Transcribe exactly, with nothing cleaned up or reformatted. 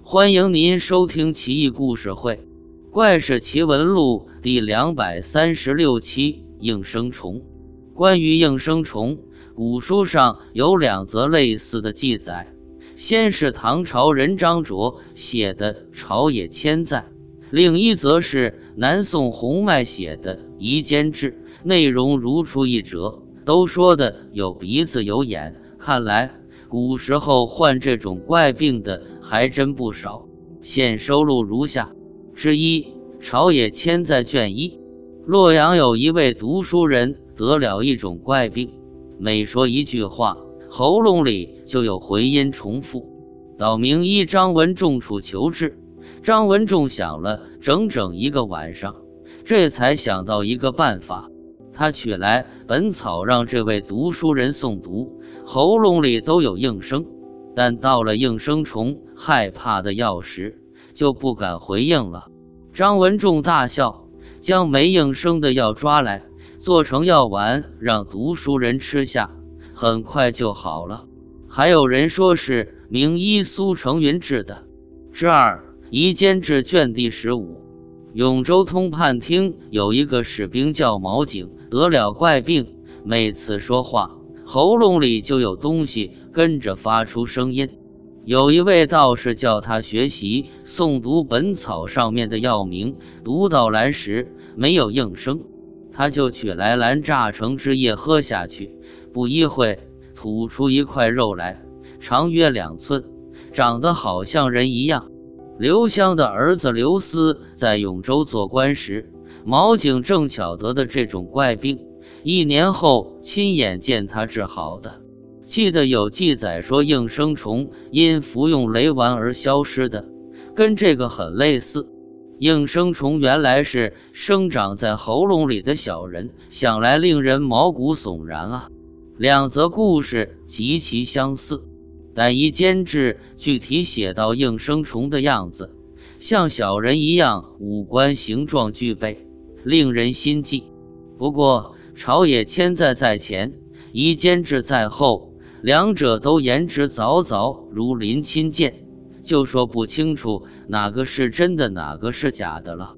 欢迎您收听奇异故事会《怪事奇闻录》第两百三十六期应声虫。关于应声虫，古书上有两则类似的记载，先是唐朝人张卓写的《朝野千载》，另一则是南宋洪迈写的《夷坚志》，内容如出一辙，都说的有鼻子有眼，看来古时候患这种怪病的还真不少。现收录如下：之一，《朝野千载》卷一。洛阳有一位读书人得了一种怪病，每说一句话，喉咙里就有回音重复。到名医张文仲处求治，张文仲想了整整一个晚上，这才想到一个办法。他取来本草让这位读书人诵读，喉咙里都有应声，但到了应声虫害怕的药时，就不敢回应了。张文仲大笑，将没应声的药抓来，做成药丸让读书人吃下，很快就好了。还有人说是名医苏成云治的。之二，《夷坚志》卷第十五。永州通判厅有一个士兵叫毛景，得了怪病，每次说话喉咙里就有东西跟着发出声音。有一位道士叫他学习诵读本草上面的药名，读到兰时没有应声，他就取来兰榨成汁液喝下去，不一会吐出一块肉来，长约两寸，长得好像人一样。刘襄的儿子刘思在永州做官时，毛景正巧得的这种怪病，一年后亲眼见他治好的。记得有记载说应声虫因服用雷丸而消失的，跟这个很类似。应声虫原来是生长在喉咙里的小人，想来令人毛骨悚然啊。两则故事极其相似，但夷坚志具体写到应声虫的样子，像小人一样五官形状具备，令人心悸。不过朝野千载在前，夷坚志在后，两者都言之凿凿如临亲剑，就说不清楚哪个是真的哪个是假的了。